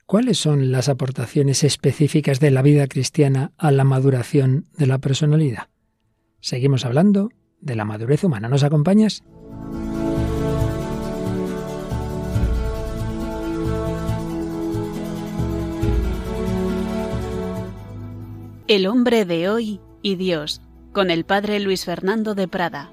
¿Cuáles son las aportaciones específicas de la vida cristiana a la maduración de la personalidad? Seguimos hablando de la madurez humana. ¿Nos acompañas? El hombre de hoy y Dios, con el padre Luis Fernando de Prada.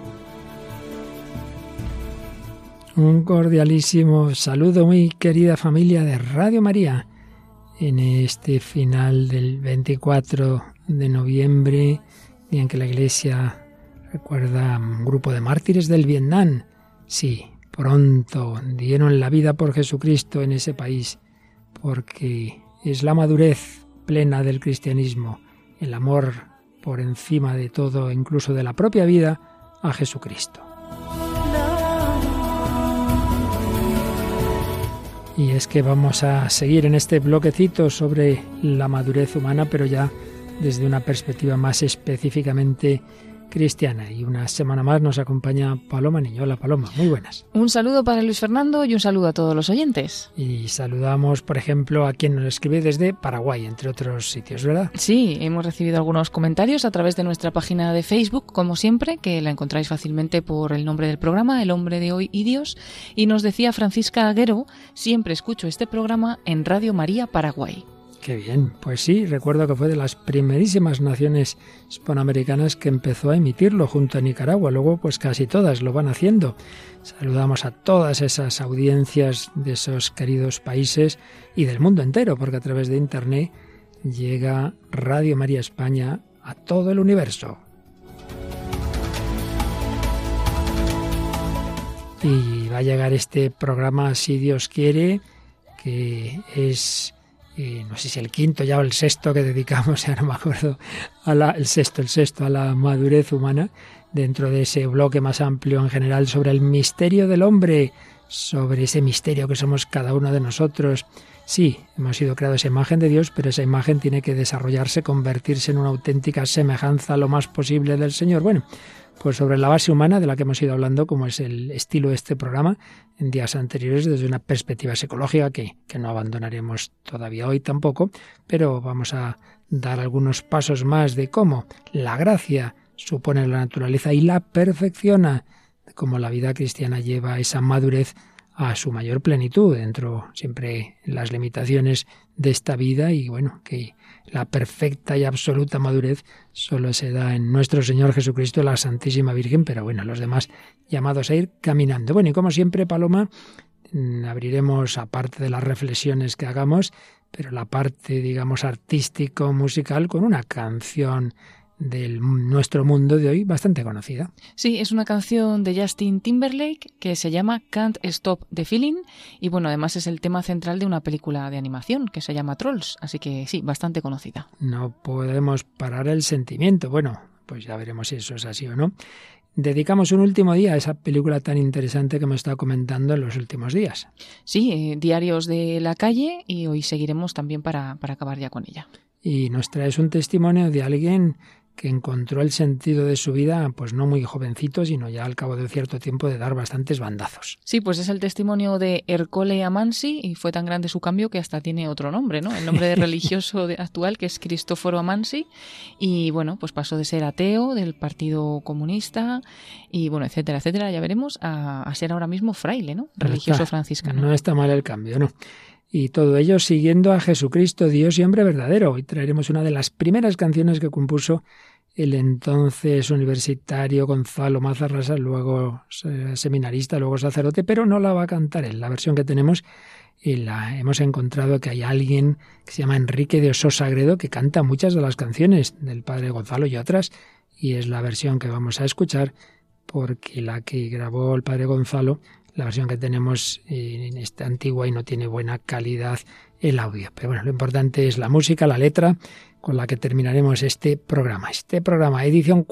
Un cordialísimo saludo, muy querida familia de Radio María, en este final del 24 de noviembre, día en que la Iglesia recuerda a un grupo de mártires del Vietnam. Sí, pronto dieron la vida por Jesucristo en ese país, porque es la madurez plena del cristianismo, el amor por encima de todo, incluso de la propia vida, a Jesucristo. Y es que vamos a seguir en este bloquecito sobre la madurez humana, pero ya desde una perspectiva más específicamente cristiana. Y una semana más nos acompaña Paloma Niño. Hola, Paloma, muy buenas. Un saludo para Luis Fernando y un saludo a todos los oyentes. Y saludamos, por ejemplo, a quien nos escribe desde Paraguay, entre otros sitios, ¿verdad? Sí, hemos recibido algunos comentarios a través de nuestra página de Facebook, como siempre, que la encontráis fácilmente por el nombre del programa, El hombre de hoy y Dios. Y nos decía Francisca Aguero: siempre escucho este programa en Radio María Paraguay. Qué bien, pues sí, recuerdo que fue de las primerísimas naciones hispanoamericanas que empezó a emitirlo junto a Nicaragua, luego pues casi todas lo van haciendo. Saludamos a todas esas audiencias de esos queridos países y del mundo entero, porque a través de Internet llega Radio María España a todo el universo. Y va a llegar este programa, si Dios quiere, que es... no sé si el quinto ya o el sexto que dedicamos, ya no me acuerdo, el sexto a la madurez humana, dentro de ese bloque más amplio en general sobre el misterio del hombre, sobre ese misterio que somos cada uno de nosotros. Sí, hemos sido creados a imagen de Dios, pero esa imagen tiene que desarrollarse, convertirse en una auténtica semejanza lo más posible del Señor. Bueno, pues sobre la base humana de la que hemos ido hablando, como es el estilo de este programa en días anteriores, desde una perspectiva psicológica que no abandonaremos todavía hoy tampoco, pero vamos a dar algunos pasos más de cómo la gracia supone la naturaleza y la perfecciona, de cómo la vida cristiana lleva esa madurez a su mayor plenitud, dentro siempre las limitaciones de esta vida, y bueno, que la perfecta y absoluta madurez solo se da en nuestro Señor Jesucristo, la Santísima Virgen, pero bueno, los demás llamados a ir caminando. Bueno, y como siempre, Paloma, abriremos, aparte de las reflexiones que hagamos, pero la parte, digamos, artístico-musical, con una canción de nuestro mundo de hoy bastante conocida. Sí, es una canción de Justin Timberlake que se llama Can't Stop the Feeling, y bueno, además es el tema central de una película de animación que se llama Trolls, así que sí, bastante conocida. No podemos parar el sentimiento. Bueno, pues ya veremos si eso es así o no. Dedicamos un último día a esa película tan interesante que hemos estado comentando en los últimos días. Sí, Diarios de la calle, y hoy seguiremos también para acabar ya con ella. Y nos traes un testimonio de alguien que encontró el sentido de su vida, pues no muy jovencito, sino ya al cabo de cierto tiempo de dar bastantes bandazos. Sí, pues es el testimonio de Ercole Amansi, y fue tan grande su cambio que hasta tiene otro nombre, ¿no? El nombre de religioso actual, que es Cristoforo Amansi, y bueno, pues pasó de ser ateo del Partido Comunista, y bueno, etcétera, etcétera, ya veremos, a ser ahora mismo fraile, ¿no? Religioso franciscano. No está mal el cambio, ¿no? Y todo ello siguiendo a Jesucristo, Dios y hombre verdadero. Hoy traeremos una de las primeras canciones que compuso el entonces universitario Gonzalo Mazarrasa, luego seminarista, luego sacerdote, pero no la va a cantar él. La versión que tenemos, y la hemos encontrado que hay alguien que se llama Enrique de Osó Sagredo, que canta muchas de las canciones del padre Gonzalo y otras, y es la versión que vamos a escuchar, porque la que grabó el padre Gonzalo, la versión que tenemos está antigua y no tiene buena calidad el audio. Pero bueno, lo importante es la música, la letra, con la que terminaremos este programa. Este programa, edición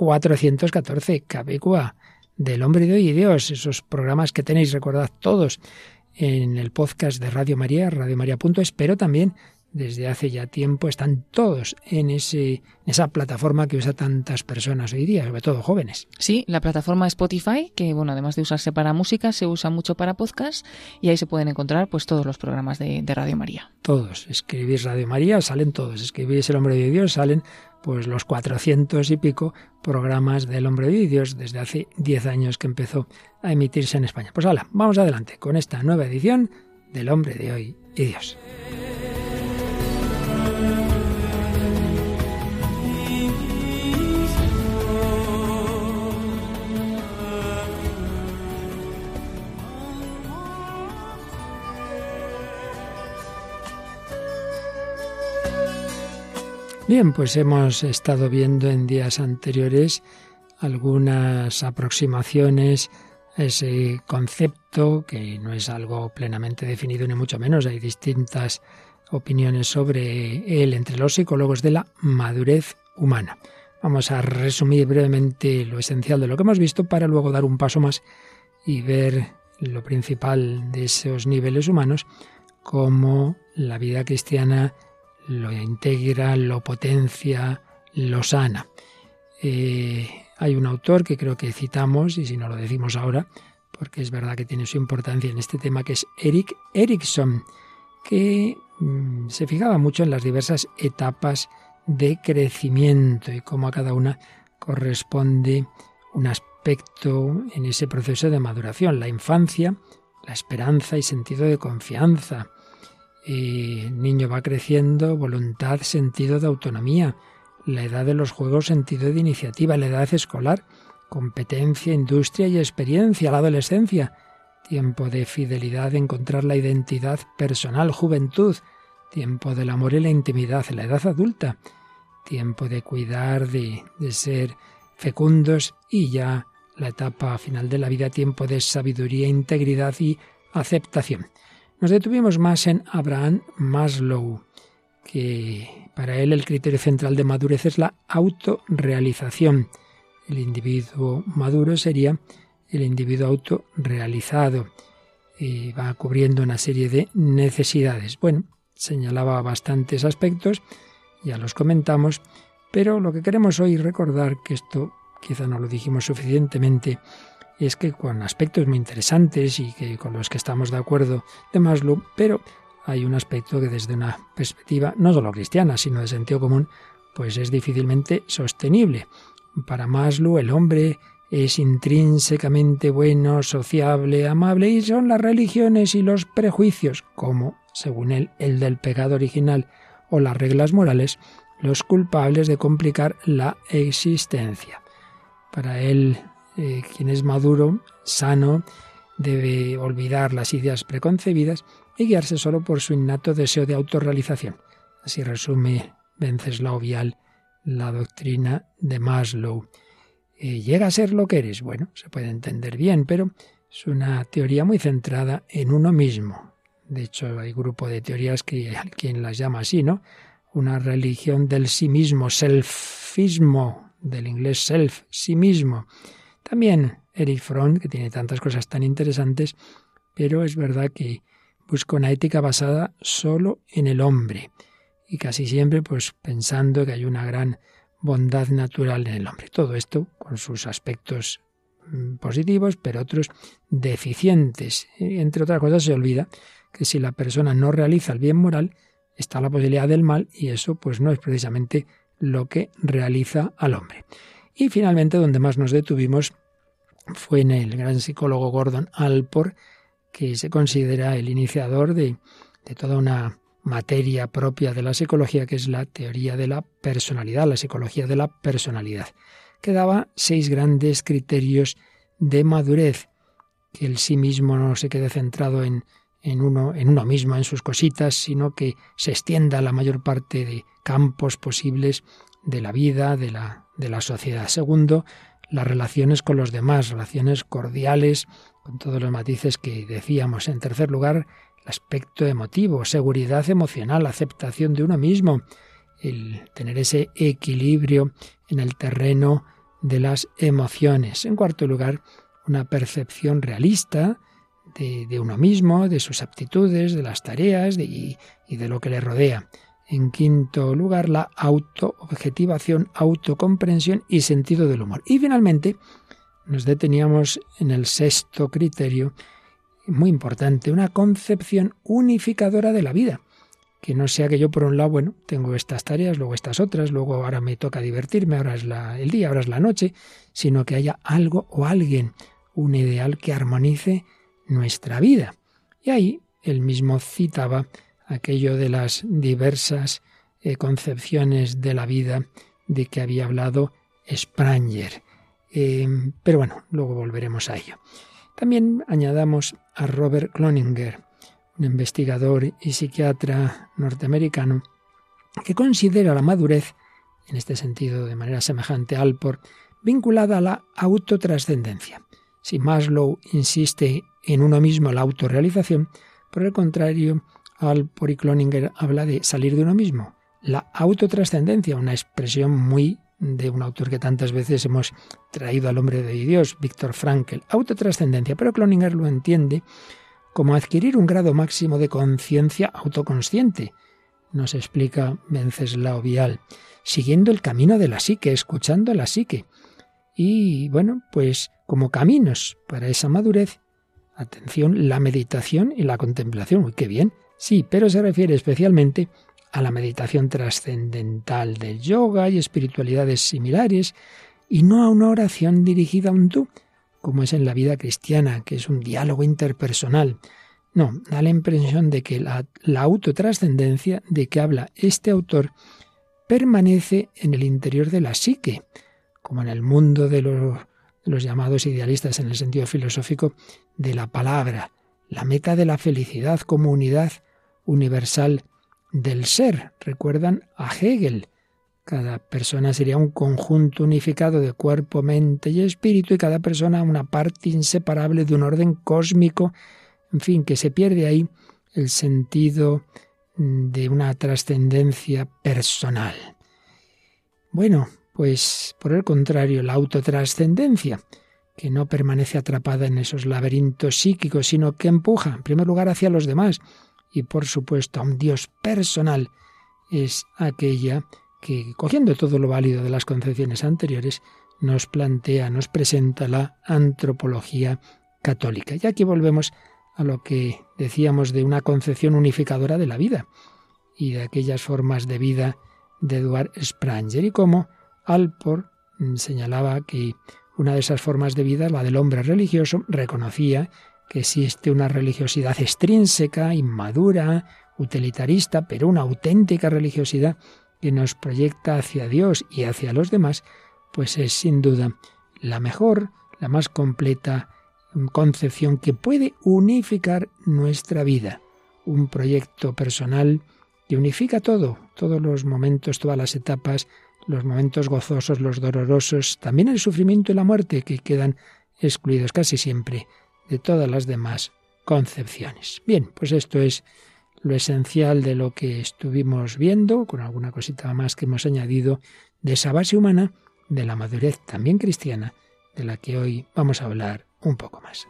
414, Capicúa, del hombre de hoy y Dios. Esos programas que tenéis, recordad todos, en el podcast de Radio María, radiomaria.es, pero también desde hace ya tiempo, están todos en esa plataforma que usa tantas personas hoy día, sobre todo jóvenes. Sí, la plataforma Spotify, que bueno, además de usarse para música, se usa mucho para podcast, y ahí se pueden encontrar pues todos los programas de Radio María. Todos. Escribís Radio María, salen todos. Escribís El Hombre de Dios, salen pues los 400 y pico programas del Hombre de Dios desde hace 10 años que empezó a emitirse en España. Pues hala, vamos adelante con esta nueva edición del Hombre de Hoy y Dios. Bien, pues hemos estado viendo en días anteriores algunas aproximaciones a ese concepto, que no es algo plenamente definido ni mucho menos. Hay distintas opiniones sobre él entre los psicólogos, de la madurez humana. Vamos a resumir brevemente lo esencial de lo que hemos visto para luego dar un paso más y ver lo principal de esos niveles humanos, cómo la vida cristiana lo integra, lo potencia, lo sana. Hay un autor que creo que citamos, y si no lo decimos ahora, porque es verdad que tiene su importancia en este tema, que es Erik Erikson, que se fijaba mucho en las diversas etapas de crecimiento y cómo a cada una corresponde un aspecto en ese proceso de maduración. La infancia, la esperanza y sentido de confianza. El niño va creciendo, voluntad, sentido de autonomía. La edad de los juegos, sentido de iniciativa. La edad escolar, competencia, industria y experiencia. La adolescencia, tiempo de fidelidad, de encontrar la identidad personal. Juventud, tiempo del amor y la intimidad. La edad adulta, tiempo de cuidar, de ser fecundos. Y ya la etapa final de la vida, tiempo de sabiduría, integridad y aceptación. Nos detuvimos más en Abraham Maslow, que para él el criterio central de madurez es la autorrealización. El individuo maduro sería el individuo autorrealizado. Y va cubriendo una serie de necesidades. Bueno, señalaba bastantes aspectos, ya los comentamos, pero lo que queremos hoy recordar, que esto quizá no lo dijimos suficientemente, es que con aspectos muy interesantes y que con los que estamos de acuerdo de Maslow, pero hay un aspecto que desde una perspectiva no solo cristiana, sino de sentido común, pues es difícilmente sostenible. Para Maslow el hombre es intrínsecamente bueno, sociable, amable, y son las religiones y los prejuicios, como, según él, el del pecado original o las reglas morales, los culpables de complicar la existencia. Para él, quien es maduro, sano, debe olvidar las ideas preconcebidas y guiarse solo por su innato deseo de autorrealización. Así resume Wenceslao Vial la doctrina de Maslow. ¿Llega a ser lo que eres? Bueno, se puede entender bien, pero es una teoría muy centrada en uno mismo. De hecho, hay grupo de teorías que hay quien las llama así, ¿no? Una religión del sí mismo, selfismo, del inglés self, sí mismo. También Erich Fromm, que tiene tantas cosas tan interesantes, pero es verdad que busca una ética basada solo en el hombre y casi siempre pues pensando que hay una gran bondad natural en el hombre. Todo esto con sus aspectos positivos, pero otros deficientes. Entre otras cosas se olvida que si la persona no realiza el bien moral, está la posibilidad del mal, y eso pues no es precisamente lo que realiza al hombre. Y finalmente, donde más nos detuvimos fue en el gran psicólogo Gordon Allport, que se considera el iniciador de toda una materia propia de la psicología, que es la teoría de la personalidad, la psicología de la personalidad, que daba 6 grandes criterios de madurez: que el sí mismo no se quede centrado en uno mismo, en sus cositas, sino que se extienda a la mayor parte de campos posibles de la vida, de la sociedad. Segundo, las relaciones con los demás, relaciones cordiales, con todos los matices que decíamos. En tercer lugar, el aspecto emotivo, seguridad emocional, aceptación de uno mismo, el tener ese equilibrio en el terreno de las emociones. En cuarto lugar, una percepción realista de uno mismo, de sus aptitudes, de las tareas y de lo que le rodea. En quinto lugar, la autoobjetivación, autocomprensión y sentido del humor. Y finalmente, nos deteníamos en el sexto criterio, muy importante, una concepción unificadora de la vida. Que no sea que yo por un lado, bueno, tengo estas tareas, luego estas otras, luego ahora me toca divertirme, ahora es el día, ahora es la noche, sino que haya algo o alguien, un ideal que armonice nuestra vida. Y ahí él mismo citaba aquello de las diversas concepciones de la vida de que había hablado Spranger. Pero bueno, luego volveremos a ello. También añadamos a Robert Cloninger, un investigador y psiquiatra norteamericano, que considera la madurez, en este sentido de manera semejante a Alport, vinculada a la autotrascendencia. Si Maslow insiste en uno mismo la autorrealización, por el contrario, Alport y Cloninger habla de salir de uno mismo. La autotrascendencia, una expresión muy de un autor que tantas veces hemos traído al hombre de Dios, Viktor Frankl, autotrascendencia, pero Cloninger lo entiende como adquirir un grado máximo de conciencia autoconsciente, nos explica Wenceslao Vial, siguiendo el camino de la psique, escuchando a la psique. Y bueno, pues como caminos para esa madurez, atención, la meditación y la contemplación. Uy, qué bien, sí, pero se refiere especialmente a la meditación trascendental del yoga y espiritualidades similares, y no a una oración dirigida a un tú, como es en la vida cristiana, que es un diálogo interpersonal. No, da la impresión de que la autotrascendencia de que habla este autor permanece en el interior de la psique, como en el mundo de los llamados idealistas en el sentido filosófico de la palabra, la meta de la felicidad como unidad universal del ser. Recuerdan a Hegel. Cada persona sería un conjunto unificado de cuerpo, mente y espíritu, y cada persona una parte inseparable de un orden cósmico, en fin, que se pierde ahí el sentido de una trascendencia personal. Bueno, pues por el contrario, la autotrascendencia, que no permanece atrapada en esos laberintos psíquicos, sino que empuja, en primer lugar, hacia los demás, y por supuesto a un Dios personal, es aquella que, cogiendo todo lo válido de las concepciones anteriores, nos plantea, nos presenta la antropología católica. Y aquí volvemos a lo que decíamos de una concepción unificadora de la vida y de aquellas formas de vida de Eduard Spranger, y cómo Alport señalaba que una de esas formas de vida, la del hombre religioso, reconocía que existe una religiosidad extrínseca, inmadura, utilitarista, pero una auténtica religiosidad que nos proyecta hacia Dios y hacia los demás, pues es sin duda la mejor, la más completa concepción que puede unificar nuestra vida. Un proyecto personal que unifica todo, todos los momentos, todas las etapas, los momentos gozosos, los dolorosos, también el sufrimiento y la muerte, que quedan excluidos casi siempre de todas las demás concepciones. Bien, pues esto es lo esencial de lo que estuvimos viendo, con alguna cosita más que hemos añadido, de esa base humana, de la madurez también cristiana, de la que hoy vamos a hablar un poco más.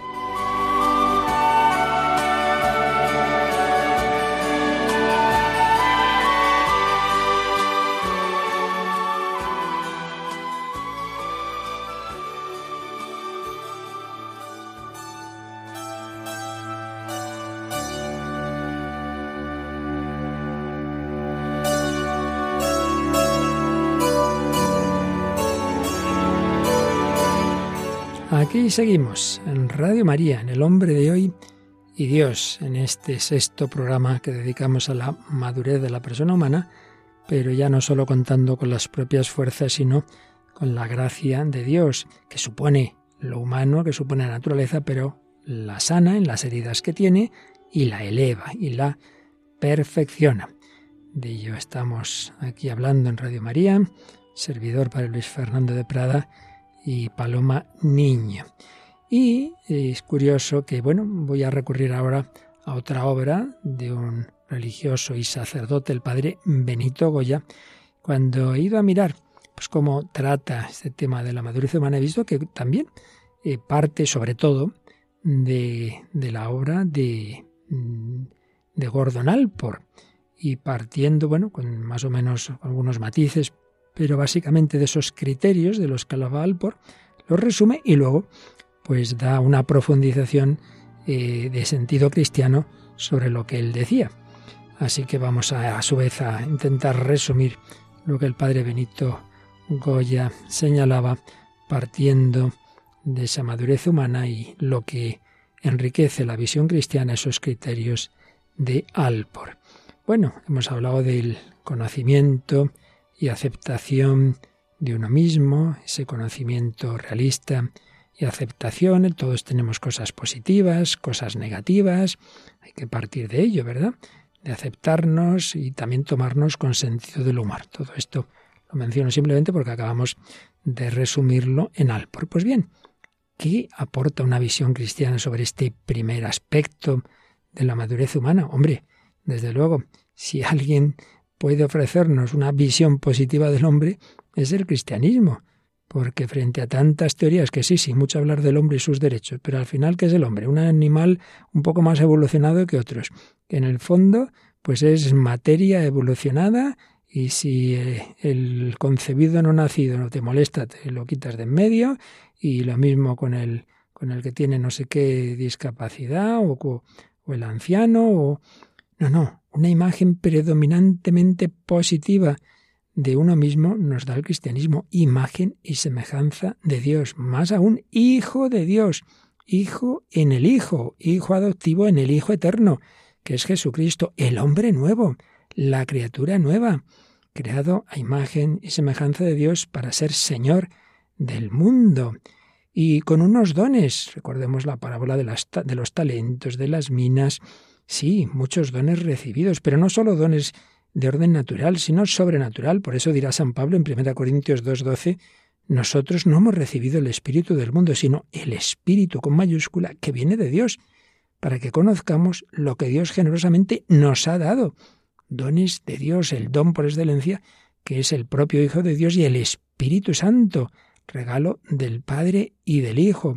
Aquí seguimos, en Radio María, en El Hombre de Hoy y Dios, en este sexto programa que dedicamos a la madurez de la persona humana, pero ya no solo contando con las propias fuerzas, sino con la gracia de Dios, que supone lo humano, que supone la naturaleza, pero la sana en las heridas que tiene y la eleva y la perfecciona. De ello estamos aquí hablando en Radio María, servidor para Luis Fernando de Prada y Paloma Niño. Y es curioso que, bueno, voy a recurrir ahora a otra obra de un religioso y sacerdote, el padre Benito Goya. Cuando he ido a mirar pues cómo trata este tema de la madurez humana, he visto que también parte sobre todo de la obra de Gordon Allport. y partiendo, bueno, con más o menos algunos matices, pero básicamente de esos criterios de los que hablaba Alport, los resume y luego pues da una profundización de sentido cristiano sobre lo que él decía. Así que vamos a su vez a intentar resumir lo que el padre Benito Goya señalaba, partiendo de esa madurez humana y lo que enriquece la visión cristiana, esos criterios de Alport. Bueno, hemos hablado del conocimiento y aceptación de uno mismo, ese conocimiento realista y aceptación. Todos tenemos cosas positivas, cosas negativas, hay que partir de ello, ¿verdad? De aceptarnos y también tomarnos con sentido del humor. Todo esto lo menciono simplemente porque acabamos de resumirlo en Alport. Pues bien, ¿qué aporta una visión cristiana sobre este primer aspecto de la madurez humana? Hombre, desde luego, si alguien puede ofrecernos una visión positiva del hombre, es el cristianismo. Porque frente a tantas teorías que sí, mucho hablar del hombre y sus derechos, pero al final, ¿qué es el hombre? Un animal un poco más evolucionado que otros, que en el fondo pues es materia evolucionada y si el concebido no nacido no te molesta, te lo quitas de en medio, y lo mismo con el que tiene no sé qué discapacidad o el anciano. No, una imagen predominantemente positiva de uno mismo nos da el cristianismo, imagen y semejanza de Dios, más aún, hijo de Dios, hijo en el Hijo, hijo adoptivo en el Hijo eterno, que es Jesucristo, el hombre nuevo, la criatura nueva, creado a imagen y semejanza de Dios para ser Señor del mundo, y con unos dones. Recordemos la parábola de los talentos, de las minas. Sí, muchos dones recibidos, pero no solo dones de orden natural, sino sobrenatural. Por eso dirá San Pablo en 1 Corintios 2:12, nosotros no hemos recibido el espíritu del mundo, sino el espíritu con mayúscula que viene de Dios, para que conozcamos lo que Dios generosamente nos ha dado. Dones de Dios, el don por excelencia, que es el propio Hijo de Dios y el Espíritu Santo, regalo del Padre y del Hijo.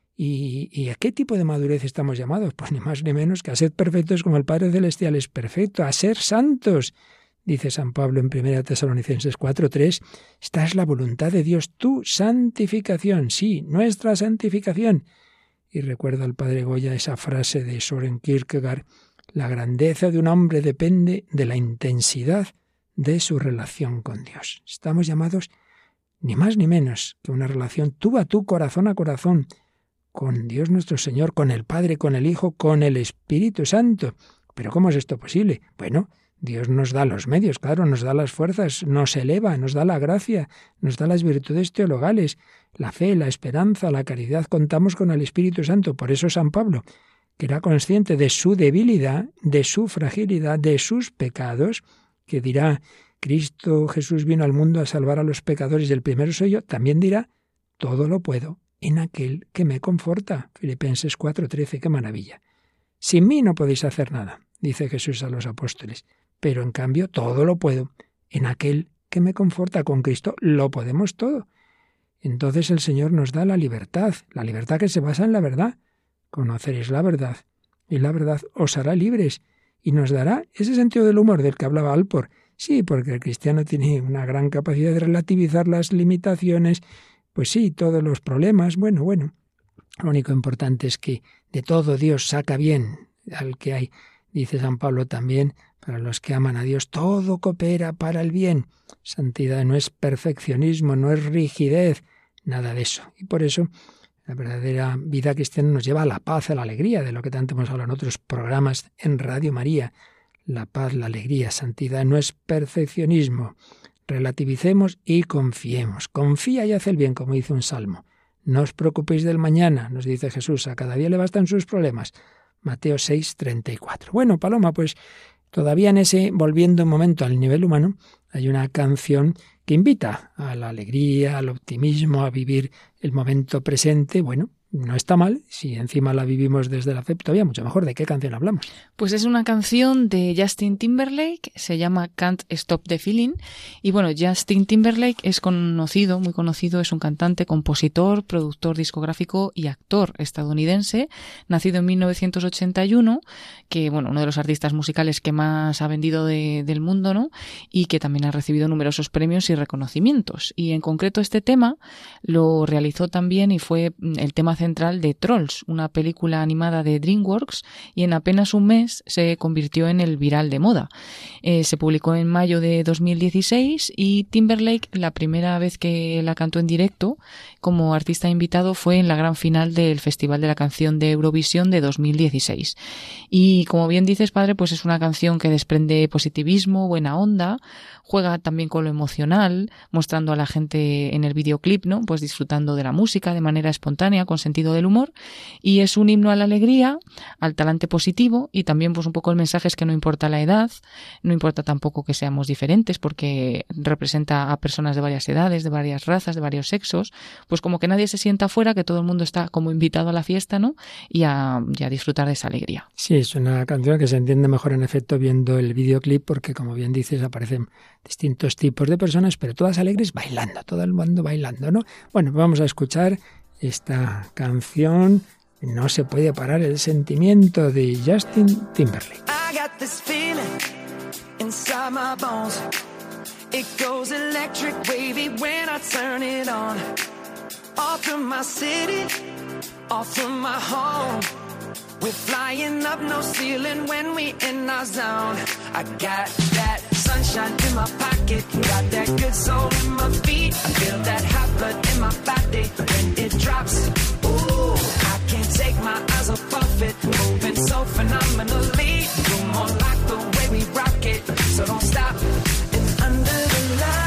¿Y a qué tipo de madurez estamos llamados? Pues ni más ni menos que a ser perfectos como el Padre Celestial es perfecto, a ser santos. Dice San Pablo en 1 Tesalonicenses 4:3, esta es la voluntad de Dios, tu santificación, sí, nuestra santificación. Y recuerda al padre Goya esa frase de Søren Kierkegaard, la grandeza de un hombre depende de la intensidad de su relación con Dios. Estamos llamados ni más ni menos que una relación tú a tú, corazón a corazón, con Dios nuestro Señor, con el Padre, con el Hijo, con el Espíritu Santo. ¿Pero cómo es esto posible? Bueno, Dios nos da los medios, claro, nos da las fuerzas, nos eleva, nos da la gracia, nos da las virtudes teologales, la fe, la esperanza, la caridad. Contamos con el Espíritu Santo. Por eso San Pablo, que era consciente de su debilidad, de su fragilidad, de sus pecados, que dirá, Cristo Jesús vino al mundo a salvar a los pecadores y el primero soy yo, también dirá, todo lo puedo en aquel que me conforta. Filipenses 4:13, qué maravilla. Sin mí no podéis hacer nada, dice Jesús a los apóstoles, pero en cambio todo lo puedo en aquel que me conforta. Con Cristo lo podemos todo. Entonces el Señor nos da la libertad que se basa en la verdad. Conoceréis la verdad y la verdad os hará libres, y nos dará ese sentido del humor del que hablaba Alport. Sí, porque el cristiano tiene una gran capacidad de relativizar las limitaciones. Pues sí, todos los problemas, bueno, lo único importante es que de todo Dios saca bien al que hay. Dice San Pablo también, para los que aman a Dios, todo coopera para el bien. Santidad no es perfeccionismo, no es rigidez, nada de eso. Y por eso la verdadera vida cristiana nos lleva a la paz, a la alegría, de lo que tanto hemos hablado en otros programas en Radio María. La paz, la alegría, santidad no es perfeccionismo. Relativicemos y confiemos. Confía y haz el bien, como dice un salmo. No os preocupéis del mañana, nos dice Jesús, a cada día le bastan sus problemas. Mateo 6:34. Bueno, Paloma, pues todavía en ese, volviendo un momento al nivel humano, hay una canción que invita a la alegría, al optimismo, a vivir el momento presente, bueno, no está mal, si encima la vivimos desde la fe, todavía mucho mejor. ¿De qué canción hablamos? Pues es una canción de Justin Timberlake, se llama Can't Stop the Feeling. Y bueno, Justin Timberlake es conocido, muy conocido, es un cantante, compositor, productor discográfico y actor estadounidense, nacido en 1981, que bueno, uno de los artistas musicales que más ha vendido del mundo, ¿no? Y que también ha recibido numerosos premios y reconocimientos. Y en concreto este tema lo realizó también y fue el tema central de Trolls, una película animada de DreamWorks, y en apenas un mes se convirtió en el viral de moda. Se publicó en mayo de 2016 y Timberlake, la primera vez que la cantó en directo como artista invitado fue en la gran final del Festival de la Canción de Eurovisión de 2016. Y como bien dices, padre, pues es una canción que desprende positivismo, buena onda, juega también con lo emocional, mostrando a la gente en el videoclip, ¿no? Pues disfrutando de la música de manera espontánea, con sentido del humor, y es un himno a la alegría, al talante positivo, y también pues un poco el mensaje es que no importa la edad, no importa tampoco que seamos diferentes, porque representa a personas de varias edades, de varias razas, de varios sexos, pues como que nadie se sienta afuera, que todo el mundo está como invitado a la fiesta, ¿no? Y a disfrutar de esa alegría. Sí, es una canción que se entiende mejor en efecto viendo el videoclip, porque como bien dices, aparecen distintos tipos de personas, pero todas alegres bailando, todo el mundo bailando, ¿no? Bueno, pues vamos a escuchar esta canción, No se puede parar el sentimiento, de Justin Timberlake. I got this feeling inside my bones. It goes electric wavy when I turn it on. Off from my city, off from my home. We're flying up, no ceiling when we in our zone. I got that sunshine in my pocket, got that good soul in my feet. I feel that hot blood in my body when it drops. Ooh, I can't take my eyes off it, moving so phenomenally. You're more like the way we rock it, so don't stop. And under the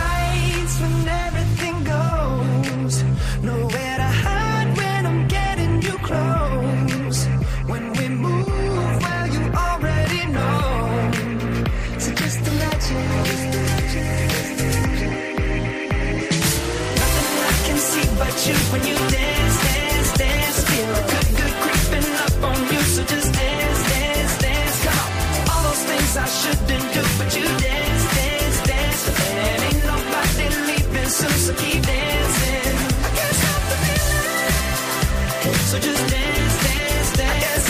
lights when everything goes, nowhere to hide when I'm getting you close. When we move, well, you already know. So just imagine. Nothing I can see but you when you dance, dance, dance. Feel good, good creeping up on you. So just dance, dance, dance. Come on. All those things I shouldn't do, but you dance, dance, dance. And ain't nobody leaving soon, so keep dancing. I can't stop the feeling. So just dance, dance, dance.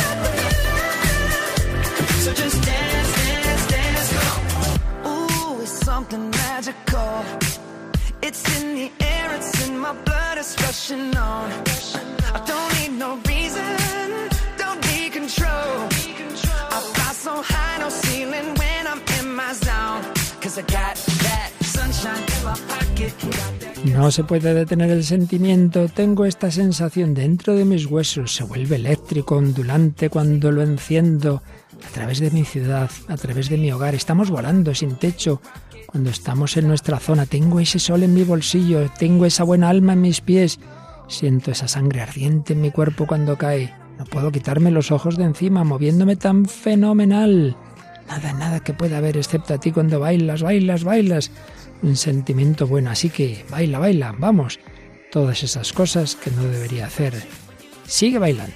So just dance, dance, dance. Ooh, it's something magical. It's in the air, it's in my blood, it's rushing on. I don't need no reason, don't need control. I fly so high, no ceiling when I'm in my zone. 'Cause I got that sunshine in my pocket. No se puede detener el sentimiento, tengo esta sensación dentro de mis huesos, se vuelve eléctrico, ondulante cuando lo enciendo. A través de mi ciudad, a través de mi hogar, estamos volando sin techo. Cuando estamos en nuestra zona, tengo ese sol en mi bolsillo, tengo esa buena alma en mis pies. Siento esa sangre ardiente en mi cuerpo cuando cae. No puedo quitarme los ojos de encima, moviéndome tan fenomenal. Nada que pueda haber excepto a ti cuando bailas, bailas, bailas. Un sentimiento bueno, así que baila, baila, vamos. Todas esas cosas que no debería hacer. Sigue bailando.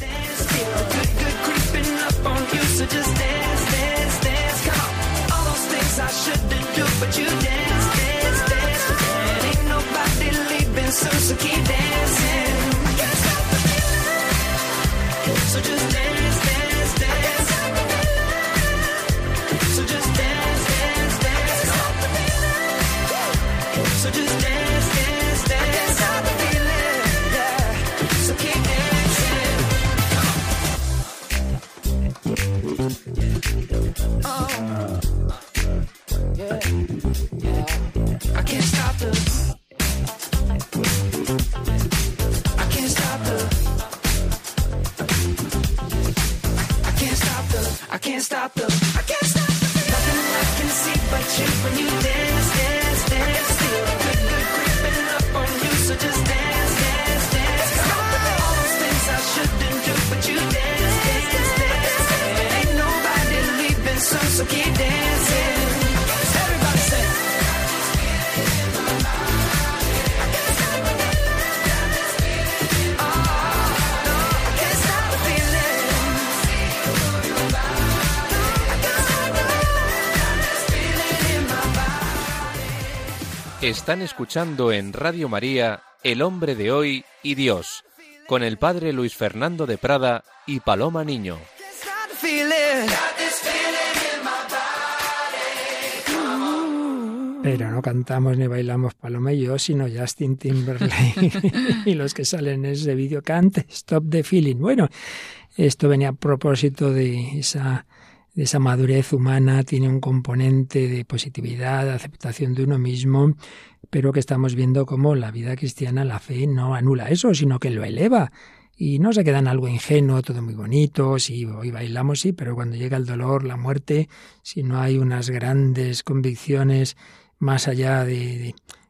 So just dance, dance, dance. Come on. All those things I shouldn't do, but you dance, dance, dance. And ain't nobody leaving soon, so keep dancing. I can't stop the feeling. So just dance, dance, dance. So just dance, dance, dance. So just dance, dance, dance. I can't stop the feeling. Yeah. So keep dancing. Oh, yeah, yeah. I can't stop the. I can't stop the. I can't stop the. I can't stop the. I can't stop the. Nothing I can see but you when you dance, dance, dance. Feel good, good creeping up on you, so just dance, dance, dance. Come on. All those things I shouldn't do, but you dance, dance, dance. And ain't nobody leaving soon, so keep dancing. Everybody say. I can't stop the feeling. Oh, Están escuchando en Radio María El hombre de hoy y Dios, con el padre Luis Fernando de Prada y Paloma Niño. Pero no cantamos ni bailamos Paloma y yo, sino Justin Timberlake y los que salen en ese vídeo. Can't Stop the Feeling. Bueno, esto venía a propósito de esa madurez humana, tiene un componente de positividad, de aceptación de uno mismo, pero que estamos viendo cómo la vida cristiana, la fe, no anula eso, sino que lo eleva. Y no se queda en algo ingenuo, todo muy bonito, sí, hoy bailamos, sí, pero cuando llega el dolor, la muerte, si no hay unas grandes convicciones más allá de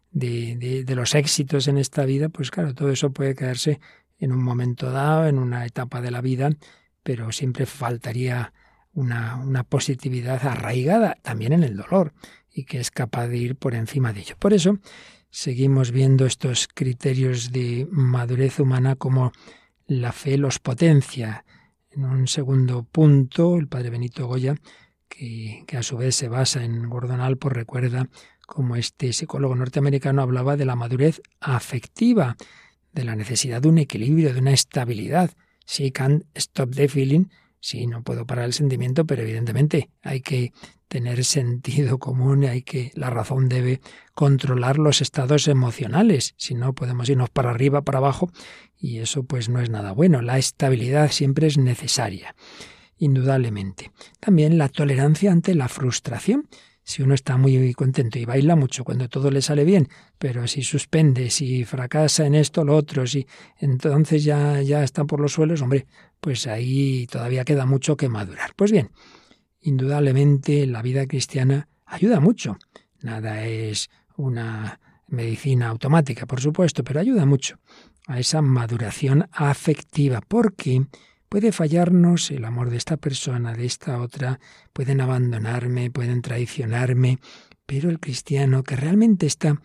los éxitos en esta vida, pues claro, todo eso puede quedarse en un momento dado, en una etapa de la vida, pero siempre faltaría una positividad arraigada también en el dolor y que es capaz de ir por encima de ello. Por eso seguimos viendo estos criterios de madurez humana como la fe los potencia. En un segundo punto, el padre Benito Goya, que a su vez se basa en Gordon Allport, recuerda cómo este psicólogo norteamericano hablaba de la madurez afectiva, de la necesidad de un equilibrio, de una estabilidad. Sí, can't stop the feeling, sí, no puedo parar el sentimiento, pero evidentemente hay que tener sentido común, la razón debe controlar los estados emocionales, si no podemos irnos para arriba, para abajo, y eso pues no es nada bueno. La estabilidad siempre es necesaria, indudablemente. También la tolerancia ante la frustración. Si uno está muy contento y baila mucho cuando todo le sale bien, pero si suspende, si fracasa en esto o lo otro, si entonces ya está por los suelos, hombre, pues ahí todavía queda mucho que madurar. Pues bien, indudablemente la vida cristiana ayuda mucho. Nada es una medicina automática, por supuesto, pero ayuda mucho a esa maduración afectiva, porque puede fallarnos el amor de esta persona, de esta otra, pueden abandonarme, pueden traicionarme, pero el cristiano que realmente está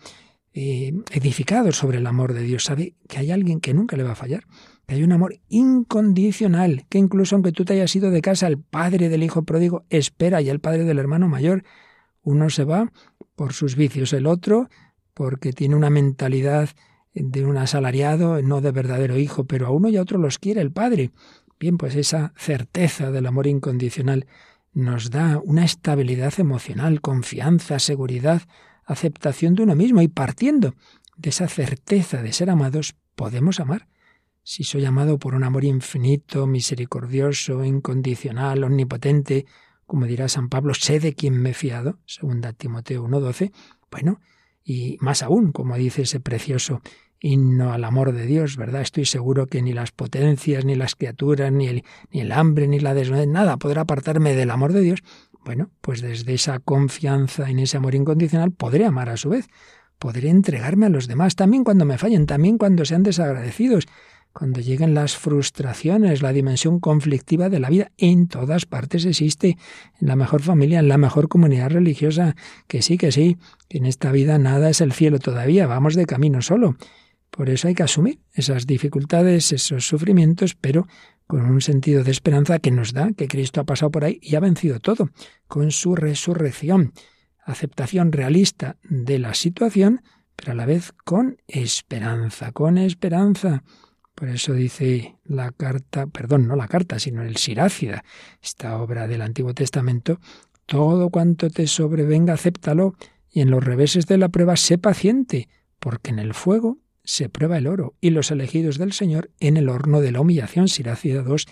edificado sobre el amor de Dios sabe que hay alguien que nunca le va a fallar, que hay un amor incondicional, que incluso aunque tú te hayas ido de casa, el padre del hijo pródigo espera y el padre del hermano mayor. Uno se va por sus vicios, el otro porque tiene una mentalidad de un asalariado, no de verdadero hijo, pero a uno y a otro los quiere el padre. Bien, pues esa certeza del amor incondicional nos da una estabilidad emocional, confianza, seguridad, aceptación de uno mismo, y partiendo de esa certeza de ser amados, podemos amar. Si soy amado por un amor infinito, misericordioso, incondicional, omnipotente, como dirá San Pablo, sé de quién me he fiado, 2 Timoteo 1:12, bueno, y más aún, como dice ese precioso himno al amor de Dios, ¿verdad? Estoy seguro que ni las potencias, ni las criaturas, ni el hambre, ni la desnudez, nada podrá apartarme del amor de Dios. Bueno, pues desde esa confianza en ese amor incondicional podré amar a su vez, podré entregarme a los demás, también cuando me fallen, también cuando sean desagradecidos, cuando lleguen las frustraciones, la dimensión conflictiva de la vida. En todas partes existe, en la mejor familia, en la mejor comunidad religiosa, que sí, que en esta vida nada es el cielo todavía, vamos de camino solo. Por eso hay que asumir esas dificultades, esos sufrimientos, pero con un sentido de esperanza que nos da que Cristo ha pasado por ahí y ha vencido todo, con su resurrección. Aceptación realista de la situación, pero a la vez con esperanza, con esperanza. Por eso dice la carta, no la carta, sino el Sirácida, esta obra del Antiguo Testamento, todo cuanto te sobrevenga, acéptalo, y en los reveses de la prueba sé paciente, porque en el fuego se prueba el oro, y los elegidos del Señor en el horno de la humillación, Sirácida 2,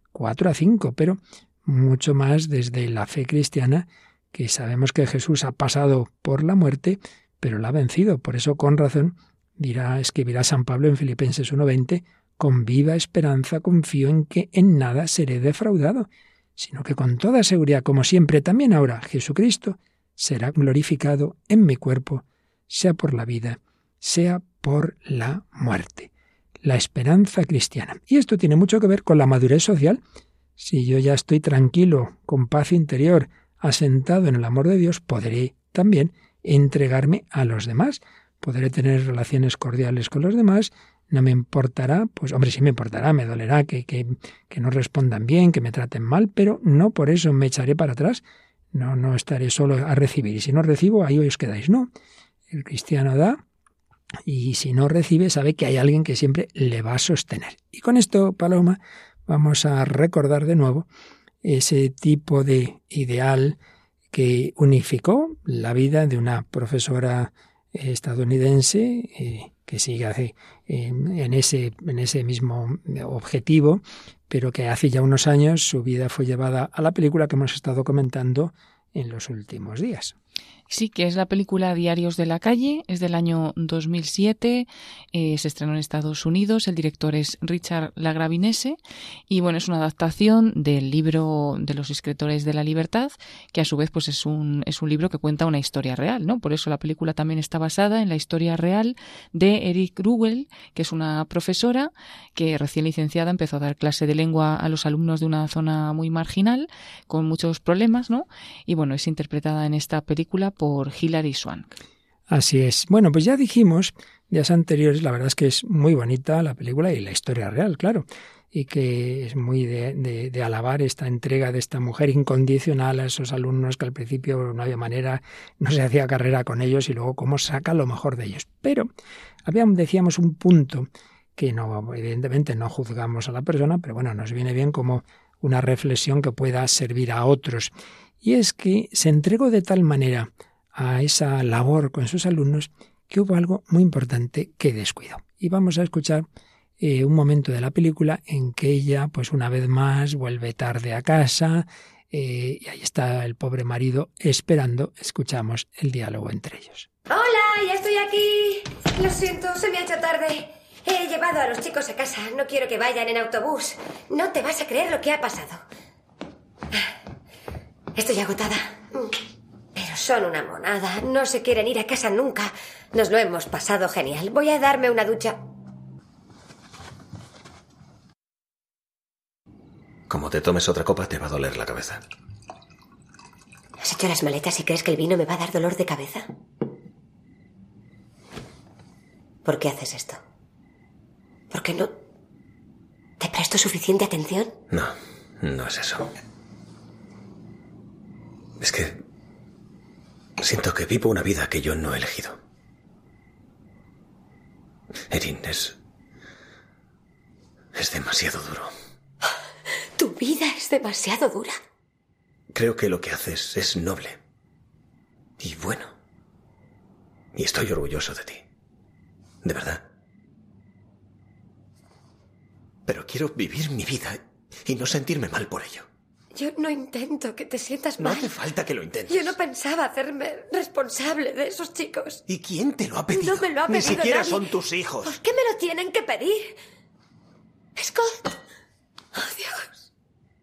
4-5, pero mucho más desde la fe cristiana, que sabemos que Jesús ha pasado por la muerte, pero la ha vencido. Por eso, con razón, escribirá San Pablo en Filipenses 1:20, con viva esperanza confío en que en nada seré defraudado, sino que con toda seguridad, como siempre, también ahora, Jesucristo será glorificado en mi cuerpo, sea por la vida, sea por la muerte. La esperanza cristiana. Y esto tiene mucho que ver con la madurez social. Si yo ya estoy tranquilo, con paz interior, asentado en el amor de Dios, podré también entregarme a los demás. Podré tener relaciones cordiales con los demás. No me importará, pues hombre, sí me importará, me dolerá que no respondan bien, que me traten mal, pero no por eso me echaré para atrás. No estaré solo a recibir. Y si no recibo, ahí os quedáis. No. El cristiano da y si no recibe sabe que hay alguien que siempre le va a sostener. Y con esto, Paloma, vamos a recordar de nuevo ese tipo de ideal que unificó la vida de una profesora estadounidense que sigue en ese mismo objetivo, pero que hace ya unos años su vida fue llevada a la película que hemos estado comentando en los últimos días. Sí, que es la película Diarios de la calle, es del año 2007, se estrenó en Estados Unidos, el director es Richard Lagravinese y bueno, es una adaptación del libro de los escritores de la libertad, que a su vez pues es un libro que cuenta una historia real, ¿no? Por eso la película también está basada en la historia real de Eric Ruggell, que es una profesora que recién licenciada empezó a dar clase de lengua a los alumnos de una zona muy marginal, con muchos problemas, ¿no? Y bueno, es interpretada en esta película por Hilary Swank. Así es. Bueno, pues ya dijimos días anteriores, la verdad es que es muy bonita la película y la historia real, claro, y que es muy de alabar esta entrega de esta mujer incondicional a esos alumnos que al principio no había manera, no se hacía carrera con ellos y luego cómo saca lo mejor de ellos. Pero decíamos un punto que no, evidentemente no juzgamos a la persona, pero bueno, nos viene bien como una reflexión que pueda servir a otros. Y es que se entregó de tal manera a esa labor con sus alumnos que hubo algo muy importante que descuidó. Y vamos a escuchar un momento de la película en que ella, pues una vez más, vuelve tarde a casa y ahí está el pobre marido esperando. Escuchamos el diálogo entre ellos. Hola, ya estoy aquí. Lo siento, se me ha hecho tarde. He llevado a los chicos a casa. No quiero que vayan en autobús. No te vas a creer lo que ha pasado. Estoy agotada. Pero son una monada. No se quieren ir a casa nunca. Nos lo hemos pasado genial. Voy a darme una ducha. Como te tomes otra copa, te va a doler la cabeza. ¿Has hecho las maletas y crees que el vino me va a dar dolor de cabeza? ¿Por qué haces esto? ¿Por qué no te presto suficiente atención? No, no es eso. Es que siento que vivo una vida que yo no he elegido. Erin, es demasiado duro. ¿Tu vida es demasiado dura? Creo que lo que haces es noble. Y bueno. Y estoy orgulloso de ti. De verdad. Pero quiero vivir mi vida y no sentirme mal por ello. Yo no intento que te sientas mal. No hace falta que lo intentes. Yo no pensaba hacerme responsable de esos chicos. ¿Y quién te lo ha pedido? No me lo ha pedido Ni siquiera nadie. son tus hijos. ¿Por qué me lo tienen que pedir? Scott. Oh, Dios.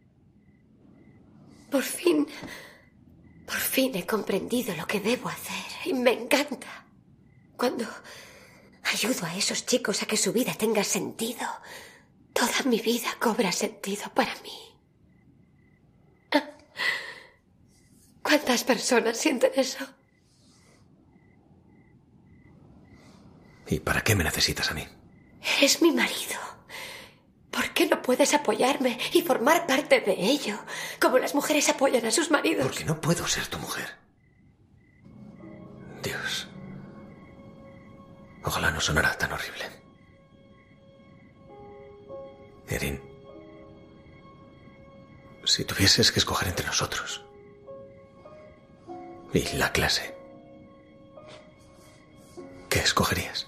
Por fin he comprendido lo que debo hacer y me encanta. Cuando ayudo a esos chicos a que su vida tenga sentido, toda mi vida cobra sentido para mí. ¿Cuántas personas sienten eso? ¿Y para qué me necesitas a mí? Eres mi marido. ¿Por qué no puedes apoyarme y formar parte de ello? Como las mujeres apoyan a sus maridos. Porque no puedo ser tu mujer. Dios. Ojalá no sonara tan horrible. Erin, si tuvieses que escoger entre nosotros y la clase, ¿qué escogerías?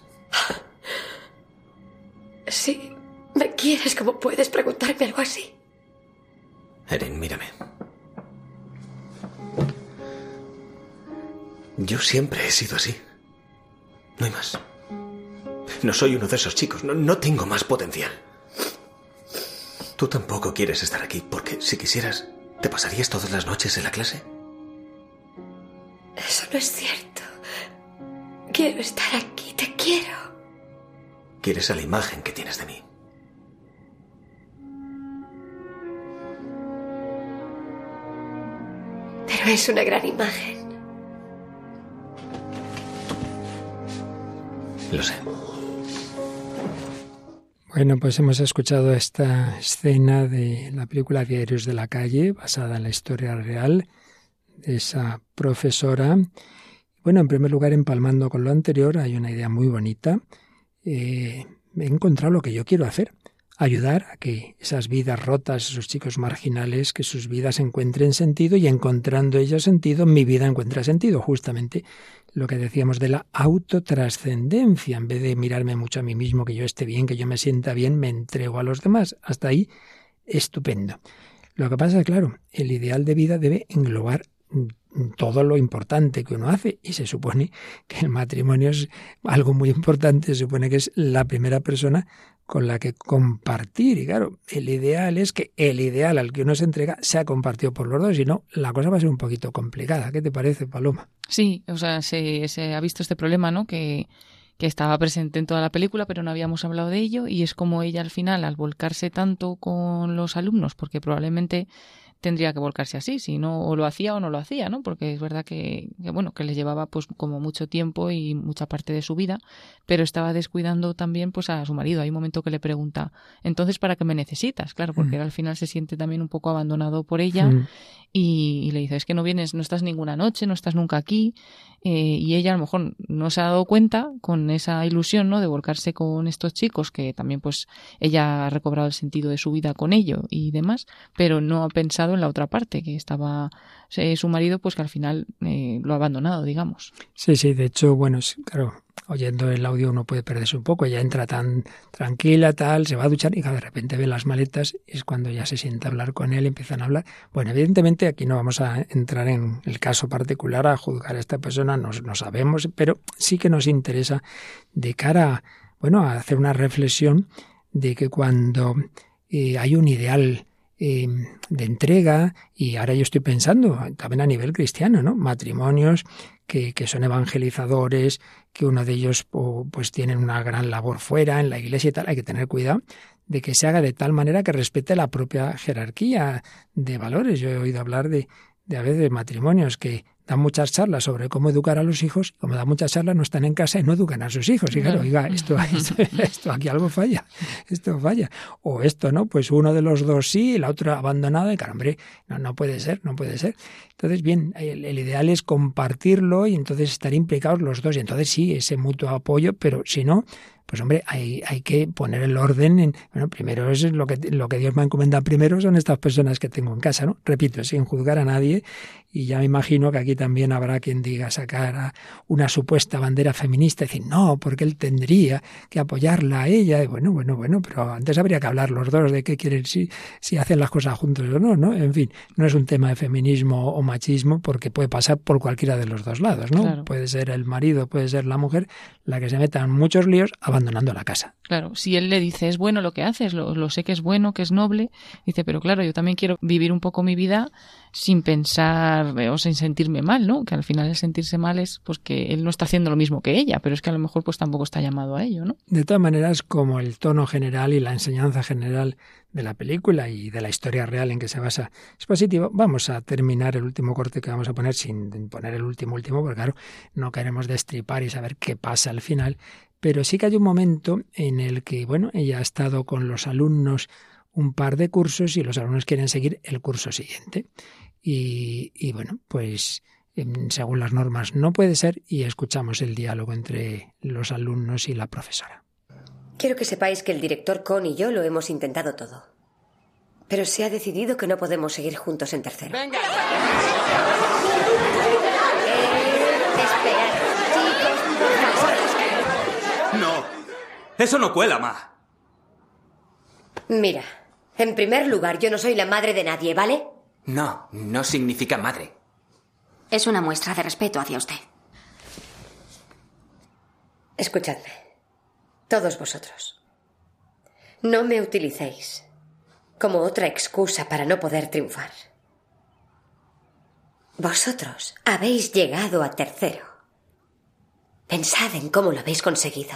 Si me quieres, ¿cómo puedes preguntarme algo así? Erin, mírame. Yo siempre he sido así. No hay más. No soy uno de esos chicos. No tengo más potencial. Tú tampoco quieres estar aquí, porque si quisieras, ¿te pasarías todas las noches en la clase? Eso no es cierto. Quiero estar aquí, te quiero. Quieres a la imagen que tienes de mí. Pero es una gran imagen. Lo sé. Bueno, pues hemos escuchado esta escena de la película Diarios de la calle, basada en la historia real de esa profesora. Bueno, en primer lugar, empalmando con lo anterior, hay una idea muy bonita. He encontrado lo que yo quiero hacer. Ayudar a que esas vidas rotas, esos chicos marginales, que sus vidas encuentren sentido, y encontrando ellos sentido, mi vida encuentra sentido. Justamente lo que decíamos de la autotrascendencia. En vez de mirarme mucho a mí mismo, que yo esté bien, que yo me sienta bien, me entrego a los demás. Hasta ahí, estupendo. Lo que pasa es, claro, el ideal de vida debe englobar todo lo importante que uno hace, y se supone que el matrimonio es algo muy importante, se supone que es la primera persona con la que compartir, y claro, el ideal es que el ideal al que uno se entrega sea compartido por los dos, si no, la cosa va a ser un poquito complicada. ¿Qué te parece, Paloma? Sí, o sea, se ha visto este problema, ¿no?, que estaba presente en toda la película, pero no habíamos hablado de ello, y es como ella al final, al volcarse tanto con los alumnos, porque probablemente tendría que volcarse así, si no, o lo hacía o no lo hacía, ¿no? Porque es verdad que les llevaba pues como mucho tiempo y mucha parte de su vida, pero estaba descuidando también pues a su marido. Hay un momento que le pregunta, entonces, ¿para qué me necesitas? Claro, porque él al final se siente también un poco abandonado por ella, y le dice, es que no vienes, no estás ninguna noche, no estás nunca aquí, y ella a lo mejor no se ha dado cuenta, con esa ilusión, ¿no?, de volcarse con estos chicos, que también pues ella ha recobrado el sentido de su vida con ello y demás, pero no ha pensado en la otra parte, que estaba su marido, pues que al final lo ha abandonado, digamos. Sí, de hecho, bueno, claro, oyendo el audio uno puede perderse un poco. Ella entra tan tranquila, tal, se va a duchar y de repente ve las maletas, y es cuando ya se sienta a hablar con él, empiezan a hablar. Bueno, evidentemente aquí no vamos a entrar en el caso particular, a juzgar a esta persona, no sabemos, pero sí que nos interesa de cara a hacer una reflexión de que cuando hay un ideal de entrega, y ahora yo estoy pensando también a nivel cristiano, ¿no?, matrimonios que son evangelizadores, que uno de ellos pues tienen una gran labor fuera, en la iglesia y tal, hay que tener cuidado de que se haga de tal manera que respete la propia jerarquía de valores. Yo he oído hablar de a veces matrimonios que dan muchas charlas sobre cómo educar a los hijos, como dan muchas charlas no están en casa y no educan a sus hijos. Y claro, oiga, esto aquí algo falla, esto falla. O esto, ¿no? Pues uno de los dos sí, el otro abandonado, y claro, hombre, no puede ser. Entonces, bien, el ideal es compartirlo y entonces estar implicados los dos, y entonces sí, ese mutuo apoyo, pero si no, pues hombre, hay que poner el orden primero es lo que Dios me ha encomendado primero, son estas personas que tengo en casa, ¿no? Repito, sin juzgar a nadie, y ya me imagino que aquí también habrá quien diga, sacar a una supuesta bandera feminista y decir, no, porque él tendría que apoyarla a ella. Y bueno, pero antes habría que hablar los dos de qué quieren, si hacen las cosas juntos o no, ¿no? En fin, no es un tema de feminismo o machismo, porque puede pasar por cualquiera de los dos lados, ¿no? Claro. Puede ser el marido, puede ser la mujer, la que se meta en muchos líos abandonando la casa. Claro, si él le dice, es bueno lo que haces, lo sé que es bueno, que es noble, dice, pero claro, yo también quiero vivir un poco mi vida sin pensar o sin sentirme mal, ¿no? Que al final el sentirse mal es pues que él no está haciendo lo mismo que ella, pero es que a lo mejor pues tampoco está llamado a ello, ¿no? De todas maneras, como el tono general y la enseñanza general de la película y de la historia real en que se basa es positivo, vamos a terminar el último corte que vamos a poner sin poner el último, porque claro, no queremos destripar y saber qué pasa al final, pero sí que hay un momento en el que, ella ha estado con los alumnos un par de cursos y los alumnos quieren seguir el curso siguiente. Y pues según las normas no puede ser, y escuchamos el diálogo entre los alumnos y la profesora. Quiero que sepáis que el director Con y yo lo hemos intentado todo. Pero se ha decidido que no podemos seguir juntos en tercero. ¡Venga! Esperad, chicos. No, eso no cuela, ma. Mira, en primer lugar, yo no soy la madre de nadie, ¿vale? No significa madre. Es una muestra de respeto hacia usted. Escuchadme, todos vosotros. No me utilicéis como otra excusa para no poder triunfar. Vosotros habéis llegado a tercero. Pensad en cómo lo habéis conseguido.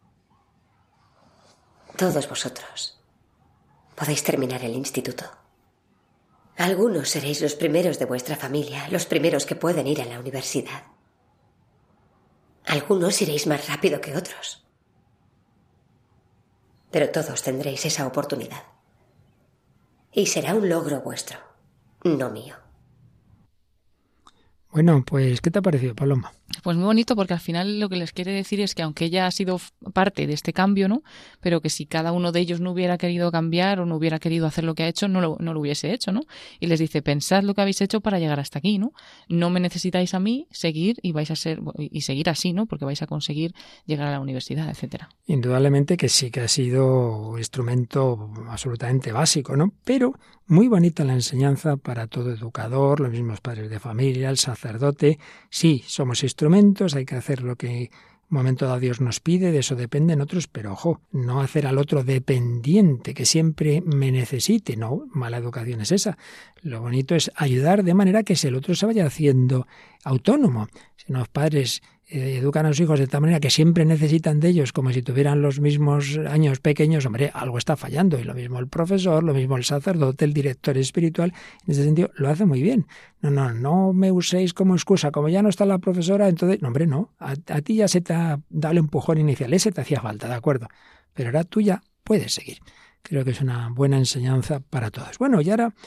Todos vosotros podéis terminar el instituto. Algunos seréis los primeros de vuestra familia, los primeros que pueden ir a la universidad. Algunos iréis más rápido que otros. Pero todos tendréis esa oportunidad. Y será un logro vuestro, no mío. Bueno, pues ¿qué te ha parecido, Paloma? Pues muy bonito, porque al final lo que les quiere decir es que aunque ella ha sido parte de este cambio, ¿no? Pero que si cada uno de ellos no hubiera querido cambiar o no hubiera querido hacer lo que ha hecho, no lo hubiese hecho, ¿no? Y les dice, pensad lo que habéis hecho para llegar hasta aquí, ¿no? No me necesitáis a mí, seguir y vais a ser, y seguir así, ¿no? Porque vais a conseguir llegar a la universidad, etcétera. Indudablemente que sí que ha sido un instrumento absolutamente básico, ¿no? Pero muy bonita la enseñanza para todo educador, los mismos padres de familia, el sacerdote. Sí, somos instrumentos, hay que hacer lo que en un momento dado Dios nos pide, de eso dependen otros, pero ojo, no hacer al otro dependiente, que siempre me necesite, no, mala educación es esa. Lo bonito es ayudar de manera que el otro se vaya haciendo autónomo. Si los padres educan a los hijos de tal manera que siempre necesitan de ellos como si tuvieran los mismos años pequeños, hombre, algo está fallando. Y lo mismo el profesor, lo mismo el sacerdote, el director espiritual, en ese sentido lo hace muy bien. No me uséis como excusa, como ya no está la profesora, entonces, no, hombre, no, a ti ya se te ha dado el empujón inicial, ese te hacía falta, de acuerdo, pero ahora tú ya puedes seguir. Creo que es una buena enseñanza para todos. Bueno, y ahora,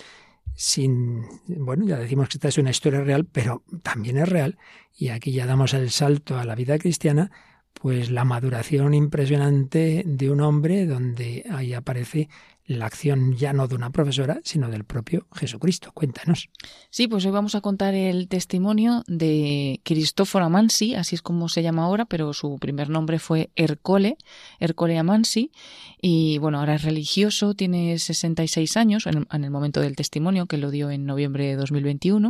ya decimos que esta es una historia real, pero también es real, y aquí ya damos el salto a la vida cristiana, pues la maduración impresionante de un hombre donde ahí aparece la acción ya no de una profesora, sino del propio Jesucristo. Cuéntanos. Sí, pues hoy vamos a contar el testimonio de Cristoforo Amansi, así es como se llama ahora, pero su primer nombre fue Ercole Amansi, y bueno, ahora es religioso, tiene 66 años en el momento del testimonio, que lo dio en noviembre de 2021,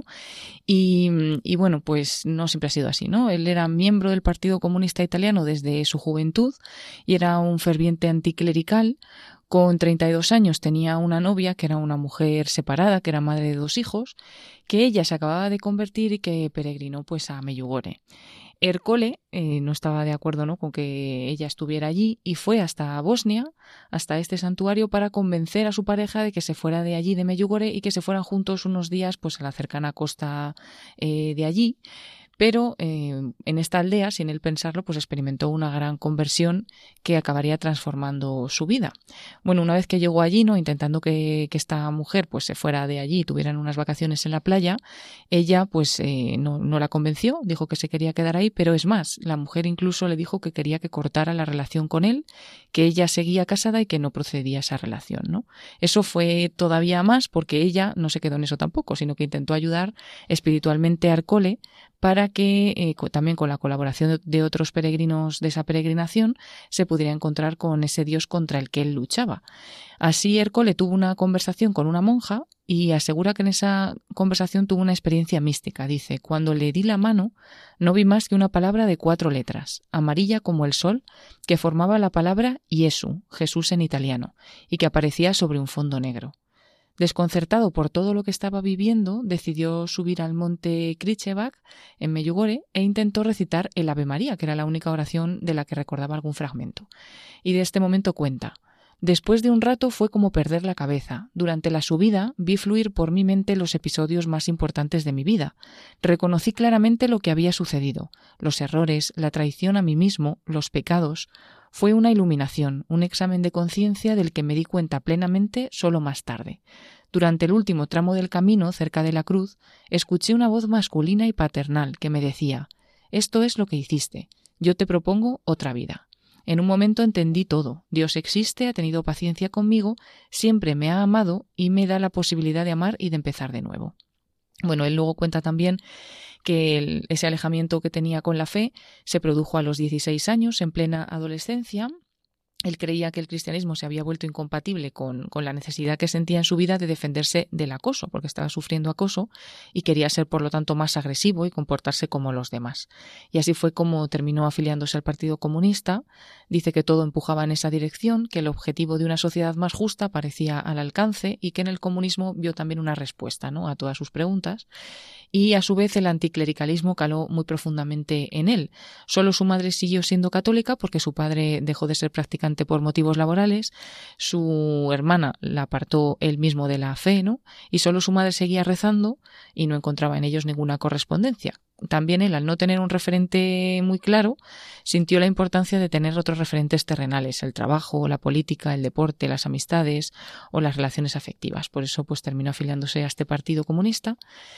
y bueno, pues no siempre ha sido así, ¿no? Él era miembro del Partido Comunista Italiano desde su juventud y era un ferviente anticlerical. Con 32 años tenía una novia que era una mujer separada, que era madre de 2 hijos, que ella se acababa de convertir y que peregrinó pues a Medjugorje. Ercole no estaba de acuerdo, ¿no?, con que ella estuviera allí y fue hasta Bosnia, hasta este santuario, para convencer a su pareja de que se fuera de allí, de Medjugorje, y que se fueran juntos unos días pues a la cercana costa de allí. Pero en esta aldea, sin él pensarlo, pues experimentó una gran conversión que acabaría transformando su vida. Bueno, una vez que llegó allí, ¿no?, intentando que esta mujer pues se fuera de allí y tuvieran unas vacaciones en la playa, ella pues no la convenció, dijo que se quería quedar ahí, pero es más, la mujer incluso le dijo que quería que cortara la relación con él, que ella seguía casada y que no procedía esa relación, ¿no? Eso fue todavía más, porque ella no se quedó en eso tampoco, sino que intentó ayudar espiritualmente a Ercole para que también con la colaboración de otros peregrinos de esa peregrinación se pudiera encontrar con ese Dios contra el que él luchaba. Así Ercole tuvo una conversación con una monja y asegura que en esa conversación tuvo una experiencia mística. Dice, cuando le di la mano no vi más que una palabra de 4 letras, amarilla como el sol, que formaba la palabra Iesu, Jesús en italiano, y que aparecía sobre un fondo negro. Desconcertado por todo lo que estaba viviendo, decidió subir al monte Kričevac en Medjugorje e intentó recitar el Ave María, que era la única oración de la que recordaba algún fragmento. Y de este momento cuenta: después de un rato fue como perder la cabeza. Durante la subida vi fluir por mi mente los episodios más importantes de mi vida. Reconocí claramente lo que había sucedido, los errores, la traición a mí mismo, los pecados. Fue una iluminación, un examen de conciencia del que me di cuenta plenamente solo más tarde. Durante el último tramo del camino, cerca de la cruz, escuché una voz masculina y paternal que me decía: «Esto es lo que hiciste. Yo te propongo otra vida». En un momento entendí todo. Dios existe, ha tenido paciencia conmigo, siempre me ha amado y me da la posibilidad de amar y de empezar de nuevo. Bueno, él luego cuenta también que ese alejamiento que tenía con la fe se produjo a los 16 años, en plena adolescencia. Él creía que el cristianismo se había vuelto incompatible con la necesidad que sentía en su vida de defenderse del acoso, porque estaba sufriendo acoso y quería ser, por lo tanto, más agresivo y comportarse como los demás. Y así fue como terminó afiliándose al Partido Comunista. Dice que todo empujaba en esa dirección, que el objetivo de una sociedad más justa parecía al alcance y que en el comunismo vio también una respuesta, ¿no?, a todas sus preguntas. Y a su vez el anticlericalismo caló muy profundamente en él. Solo su madre siguió siendo católica porque su padre dejó de ser practicante por motivos laborales, su hermana la apartó él mismo de la fe, ¿no?, y solo su madre seguía rezando y no encontraba en ellos ninguna correspondencia. también él, al no tener un referente muy claro, sintió la importancia de tener otros referentes terrenales, el trabajo, la política, el deporte, las amistades o las relaciones afectivas. Por eso pues terminó afiliándose a este partido comunista,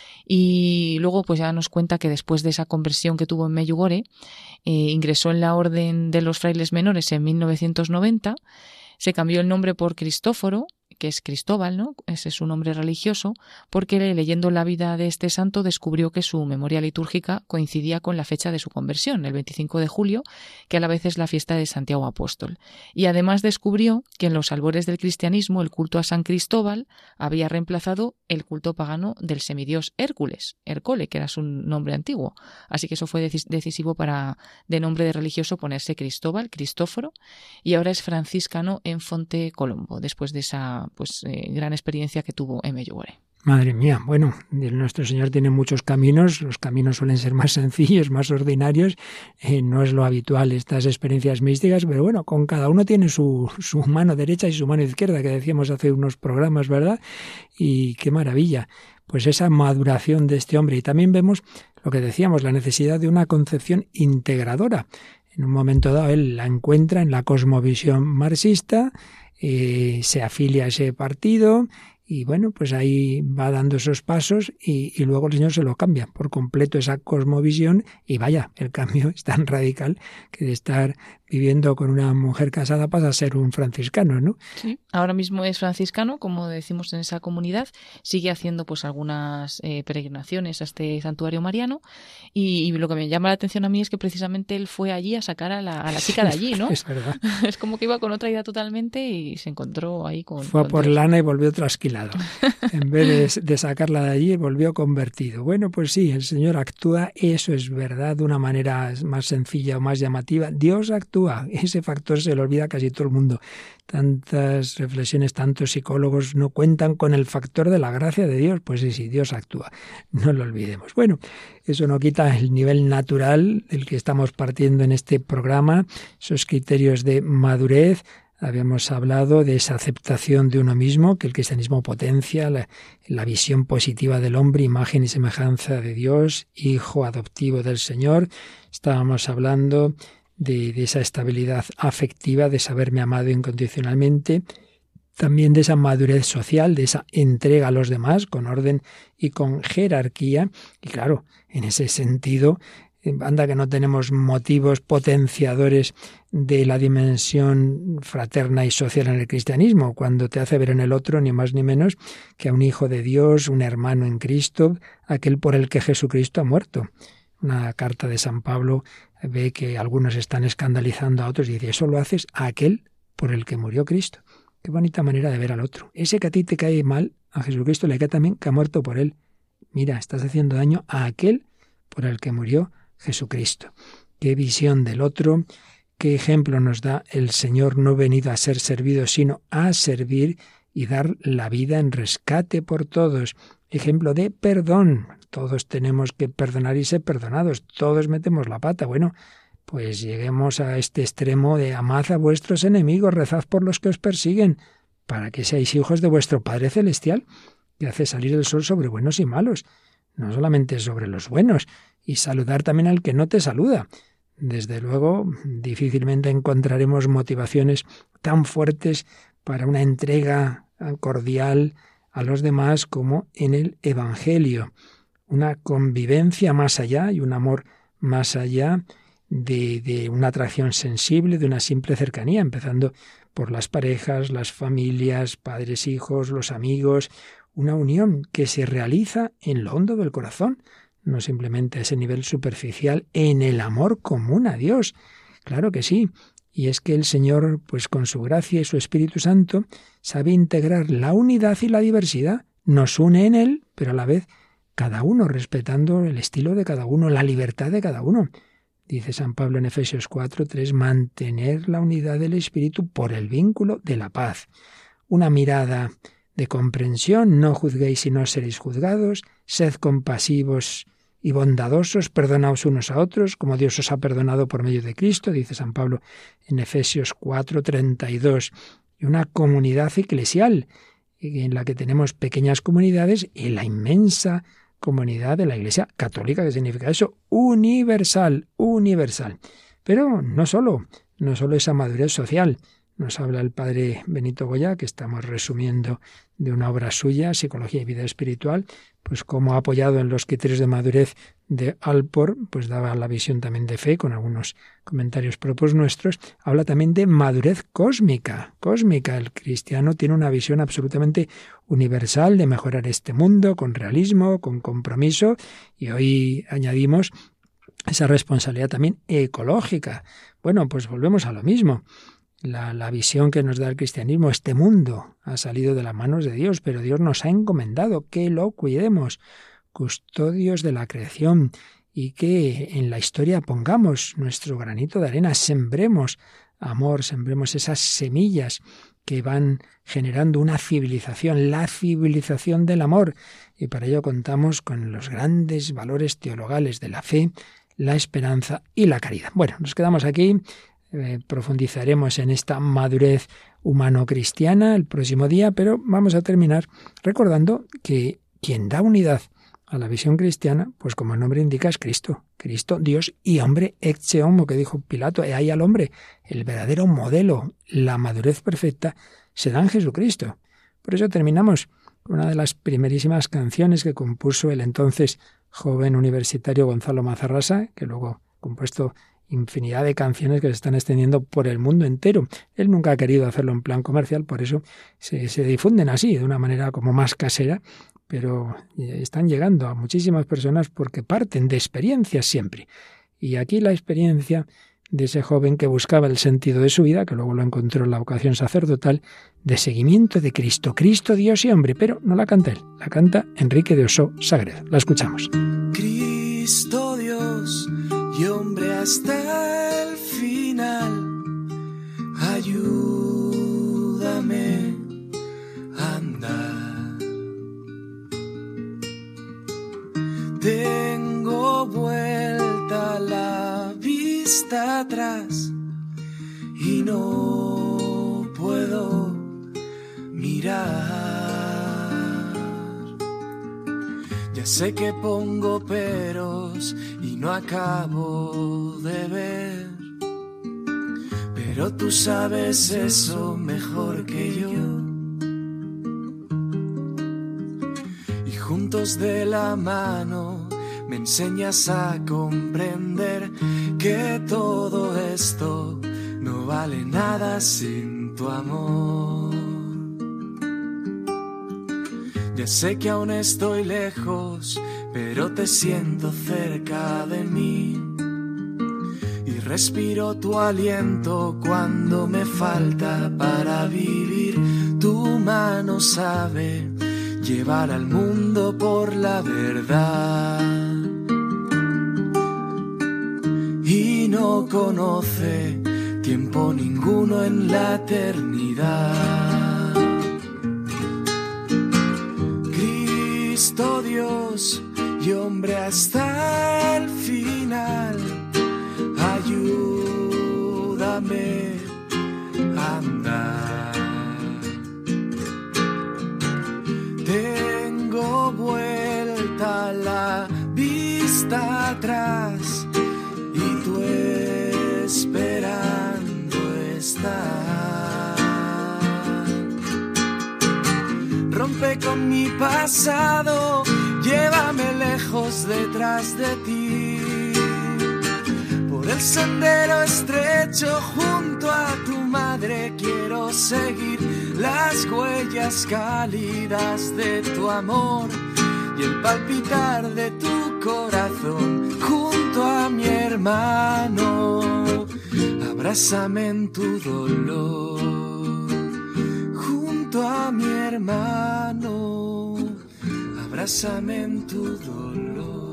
y luego pues ya nos cuenta que después de esa conversión que tuvo en Medjugorje, ingresó en la Orden de los Frailes Menores en 1990, se cambió el nombre por Cristóforo, que es Cristóbal, ¿no? Ese es su nombre religioso, porque leyendo la vida de este santo descubrió que su memoria litúrgica coincidía con la fecha de su conversión, el 25 de julio, que a la vez es la fiesta de Santiago Apóstol. Y además descubrió que en los albores del cristianismo el culto a San Cristóbal había reemplazado el culto pagano del semidios Hércules, Ercole, que era su nombre antiguo. Así que eso fue decisivo para, de nombre de religioso, ponerse Cristóbal, Cristóforo, y ahora es franciscano en Fonte Colombo, después de esa gran experiencia que tuvo en Medjugorje. Madre mía, bueno, nuestro Señor tiene muchos caminos, los caminos suelen ser más sencillos, más ordinarios, no es lo habitual estas experiencias místicas, pero bueno, con cada uno tiene su mano derecha y su mano izquierda, que decíamos hace unos programas, ¿verdad? Y qué maravilla, pues esa maduración de este hombre. Y también vemos lo que decíamos, la necesidad de una concepción integradora. En un momento dado él la encuentra en la cosmovisión marxista, se afilia a ese partido y bueno, pues ahí va dando esos pasos y luego el Señor se lo cambia por completo esa cosmovisión y vaya, el cambio es tan radical que de estar viviendo con una mujer casada pasa a ser un franciscano, ¿no? Sí, ahora mismo es franciscano, como decimos en esa comunidad, sigue haciendo pues algunas peregrinaciones a este santuario mariano y lo que me llama la atención a mí es que precisamente él fue allí a sacar a la chica de allí, ¿no? Es verdad. Es como que iba con otra idea totalmente y se encontró ahí con... Fue a por Dios. lana y volvió trasquilado. En vez de sacarla de allí, volvió convertido. Bueno, pues sí, el Señor actúa, eso es verdad, de una manera más sencilla o más llamativa. Dios actúa, ese factor se lo olvida casi todo el mundo. Tantas reflexiones, tantos psicólogos no cuentan con el factor de la gracia de Dios. Pues sí, Dios actúa, no lo olvidemos. Bueno, eso no quita el nivel natural del que estamos partiendo en este programa, esos criterios de madurez. Habíamos hablado de esa aceptación de uno mismo, que el cristianismo potencia, la visión positiva del hombre, imagen y semejanza de Dios, hijo adoptivo del Señor. Estábamos hablando de esa estabilidad afectiva, de saberme amado incondicionalmente, también de esa madurez social, de esa entrega a los demás con orden y con jerarquía. Y claro, en ese sentido, anda que no tenemos motivos potenciadores de la dimensión fraterna y social en el cristianismo, cuando te hace ver en el otro ni más ni menos que a un hijo de Dios, un hermano en Cristo, aquel por el que Jesucristo ha muerto. Una carta de San Pablo ve que algunos están escandalizando a otros y dice, eso lo haces a aquel por el que murió Cristo. Qué bonita manera de ver al otro. Ese que a ti te cae mal, a Jesucristo le cae también que ha muerto por él. Mira, estás haciendo daño a aquel por el que murió Jesucristo. Qué visión del otro, qué ejemplo nos da el Señor, no venido a ser servido, sino a servir y dar la vida en rescate por todos. Ejemplo de perdón. Todos tenemos que perdonar y ser perdonados. Todos metemos la pata. Bueno, pues lleguemos a este extremo de amad a vuestros enemigos, rezad por los que os persiguen, para que seáis hijos de vuestro Padre Celestial, que hace salir el sol sobre buenos y malos, no solamente sobre los buenos, y saludar también al que no te saluda. Desde luego, difícilmente encontraremos motivaciones tan fuertes para una entrega cordial a los demás como en el Evangelio. Una convivencia más allá y un amor más allá de una atracción sensible, de una simple cercanía, empezando por las parejas, las familias, padres, hijos, los amigos, una unión que se realiza en lo hondo del corazón, no simplemente a ese nivel superficial, en el amor común a Dios. Claro que sí. Y es que el Señor, pues con su gracia y su Espíritu Santo, sabe integrar la unidad y la diversidad. Nos une en Él, pero a la vez cada uno respetando el estilo de cada uno, la libertad de cada uno. Dice San Pablo en Efesios 4:3, mantener la unidad del Espíritu por el vínculo de la paz. Una mirada de comprensión, no juzguéis y no seréis juzgados, sed compasivos y bondadosos, perdonaos unos a otros, como Dios os ha perdonado por medio de Cristo, dice San Pablo en Efesios 4:32. Y una comunidad eclesial, en la que tenemos pequeñas comunidades y la inmensa comunidad de la Iglesia Católica. ¿Qué significa eso? Universal, universal. Pero no solo esa madurez social. Nos habla el padre Benito Goya, que estamos resumiendo de una obra suya, Psicología y Vida Espiritual, pues cómo ha apoyado en los criterios de madurez de Alport, pues daba la visión también de fe, con algunos comentarios propios nuestros. Habla también de madurez cósmica. El cristiano tiene una visión absolutamente universal de mejorar este mundo con realismo, con compromiso, y hoy añadimos esa responsabilidad también ecológica. Bueno, pues volvemos a lo mismo. La visión que nos da el cristianismo, este mundo ha salido de las manos de Dios, pero Dios nos ha encomendado que lo cuidemos, custodios de la creación, y que en la historia pongamos nuestro granito de arena, sembremos amor, sembremos esas semillas que van generando una civilización, la civilización del amor, y para ello contamos con los grandes valores teologales de la fe, la esperanza y la caridad. Bueno, nos quedamos aquí. Profundizaremos en esta madurez humano-cristiana el próximo día, pero vamos a terminar recordando que quien da unidad a la visión cristiana, pues como el nombre indica, es Cristo. Cristo, Dios y hombre, ecce homo, que dijo Pilato, ahí al hombre. El verdadero modelo, la madurez perfecta, se da en Jesucristo. Por eso terminamos con una de las primerísimas canciones que compuso el entonces joven universitario Gonzalo Mazarrasa, que luego ha compuesto infinidad de canciones que se están extendiendo por el mundo entero. Él nunca ha querido hacerlo en plan comercial, por eso se difunden así, de una manera como más casera, pero están llegando a muchísimas personas porque parten de experiencias siempre. Y aquí la experiencia de ese joven que buscaba el sentido de su vida, que luego lo encontró en la vocación sacerdotal, de seguimiento de Cristo, Cristo, Dios y hombre, pero no la canta él, la canta Enrique de Ossó Sagredo. La escuchamos. Cristo, Dios y hombre hasta el final, ayúdame a andar. Tengo vuelta la vista atrás y no puedo mirar. Ya sé que pongo peros y no acabo de ver, pero tú sabes eso mejor que yo. Y juntos de la mano me enseñas a comprender que todo esto no vale nada sin tu amor. Ya sé que aún estoy lejos, pero te siento cerca de mí y respiro tu aliento cuando me falta para vivir. Tu mano sabe llevar al mundo por la verdad y no conoce tiempo ninguno en la eternidad. Cristo, Dios y hombre hasta el final, ayúdame a andar. Tengo vuelta la vista atrás y tú esperando estás. Rompe con mi pasado, llévame lejos detrás de ti, por el sendero estrecho junto a tu madre quiero seguir las huellas cálidas de tu amor y el palpitar de tu corazón junto a mi hermano. Abrázame en tu dolor junto a mi hermano. Abrázame en tu dolor.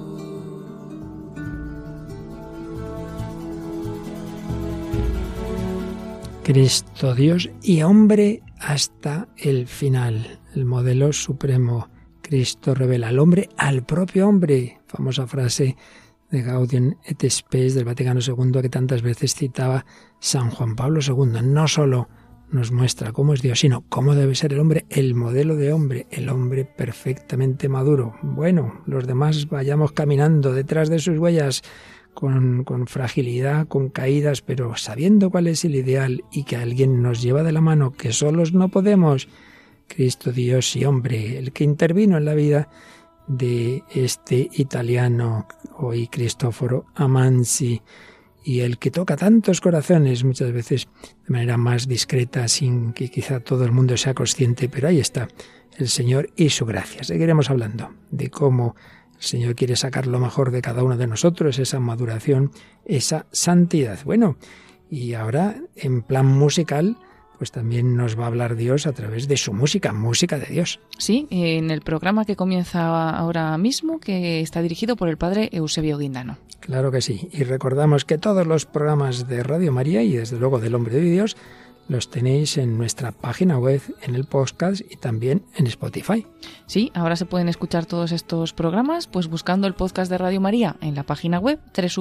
Cristo, Dios y hombre hasta el final. El modelo supremo. Cristo revela al hombre al propio hombre. Famosa frase de Gaudium et Spes del Vaticano II que tantas veces citaba San Juan Pablo II. No solo nos muestra cómo es Dios, sino cómo debe ser el hombre, el modelo de hombre, el hombre perfectamente maduro. Bueno, los demás vayamos caminando detrás de sus huellas con fragilidad, con caídas, pero sabiendo cuál es el ideal y que alguien nos lleva de la mano, que solos no podemos. Cristo, Dios y hombre, el que intervino en la vida de este italiano hoy Cristoforo Amansi, y el que toca tantos corazones, muchas veces de manera más discreta, sin que quizá todo el mundo sea consciente, pero ahí está el Señor y su gracia. Seguiremos hablando de cómo el Señor quiere sacar lo mejor de cada uno de nosotros, esa maduración, esa santidad. Bueno, y ahora en plan musical, pues también nos va a hablar Dios a través de su música, música de Dios. Sí, en el programa que comienza ahora mismo, que está dirigido por el padre Eusebio Guindano. Claro que sí, y recordamos que todos los programas de Radio María y desde luego del Hombre de Dios los tenéis en nuestra página web, en el podcast y también en Spotify. Sí, ahora se pueden escuchar todos estos programas pues buscando el podcast de Radio María en la página web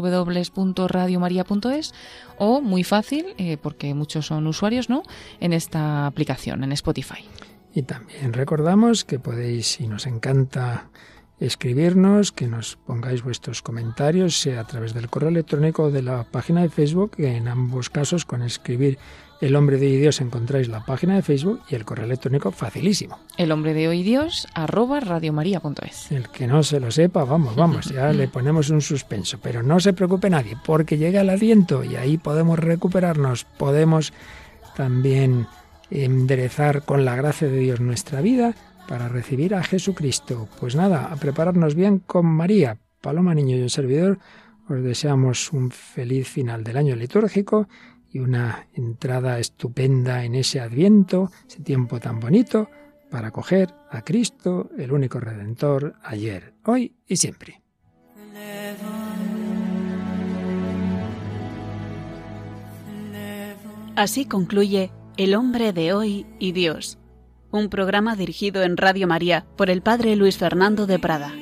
www.radiomaria.es o muy fácil, porque muchos son usuarios, ¿no?, en esta aplicación, en Spotify. Y también recordamos que podéis, y nos encanta escribirnos, que nos pongáis vuestros comentarios, sea a través del correo electrónico o de la página de Facebook, que en ambos casos con escribir El Hombre de Hoy y Dios encontráis la página de Facebook y el correo electrónico facilísimo. El Hombre de Hoy y Dios @radiomaria.es. El que no se lo sepa, vamos, ya le ponemos un suspenso, pero no se preocupe nadie, porque llega el Adviento y ahí podemos recuperarnos, podemos también enderezar con la gracia de Dios nuestra vida para recibir a Jesucristo. Pues nada, a prepararnos bien con María. Paloma Niño y un servidor os deseamos un feliz final del año litúrgico y una entrada estupenda en ese Adviento, ese tiempo tan bonito, para acoger a Cristo, el único Redentor, ayer, hoy y siempre. Así concluye El Hombre de Hoy y Dios, un programa dirigido en Radio María por el padre Luis Fernando de Prada.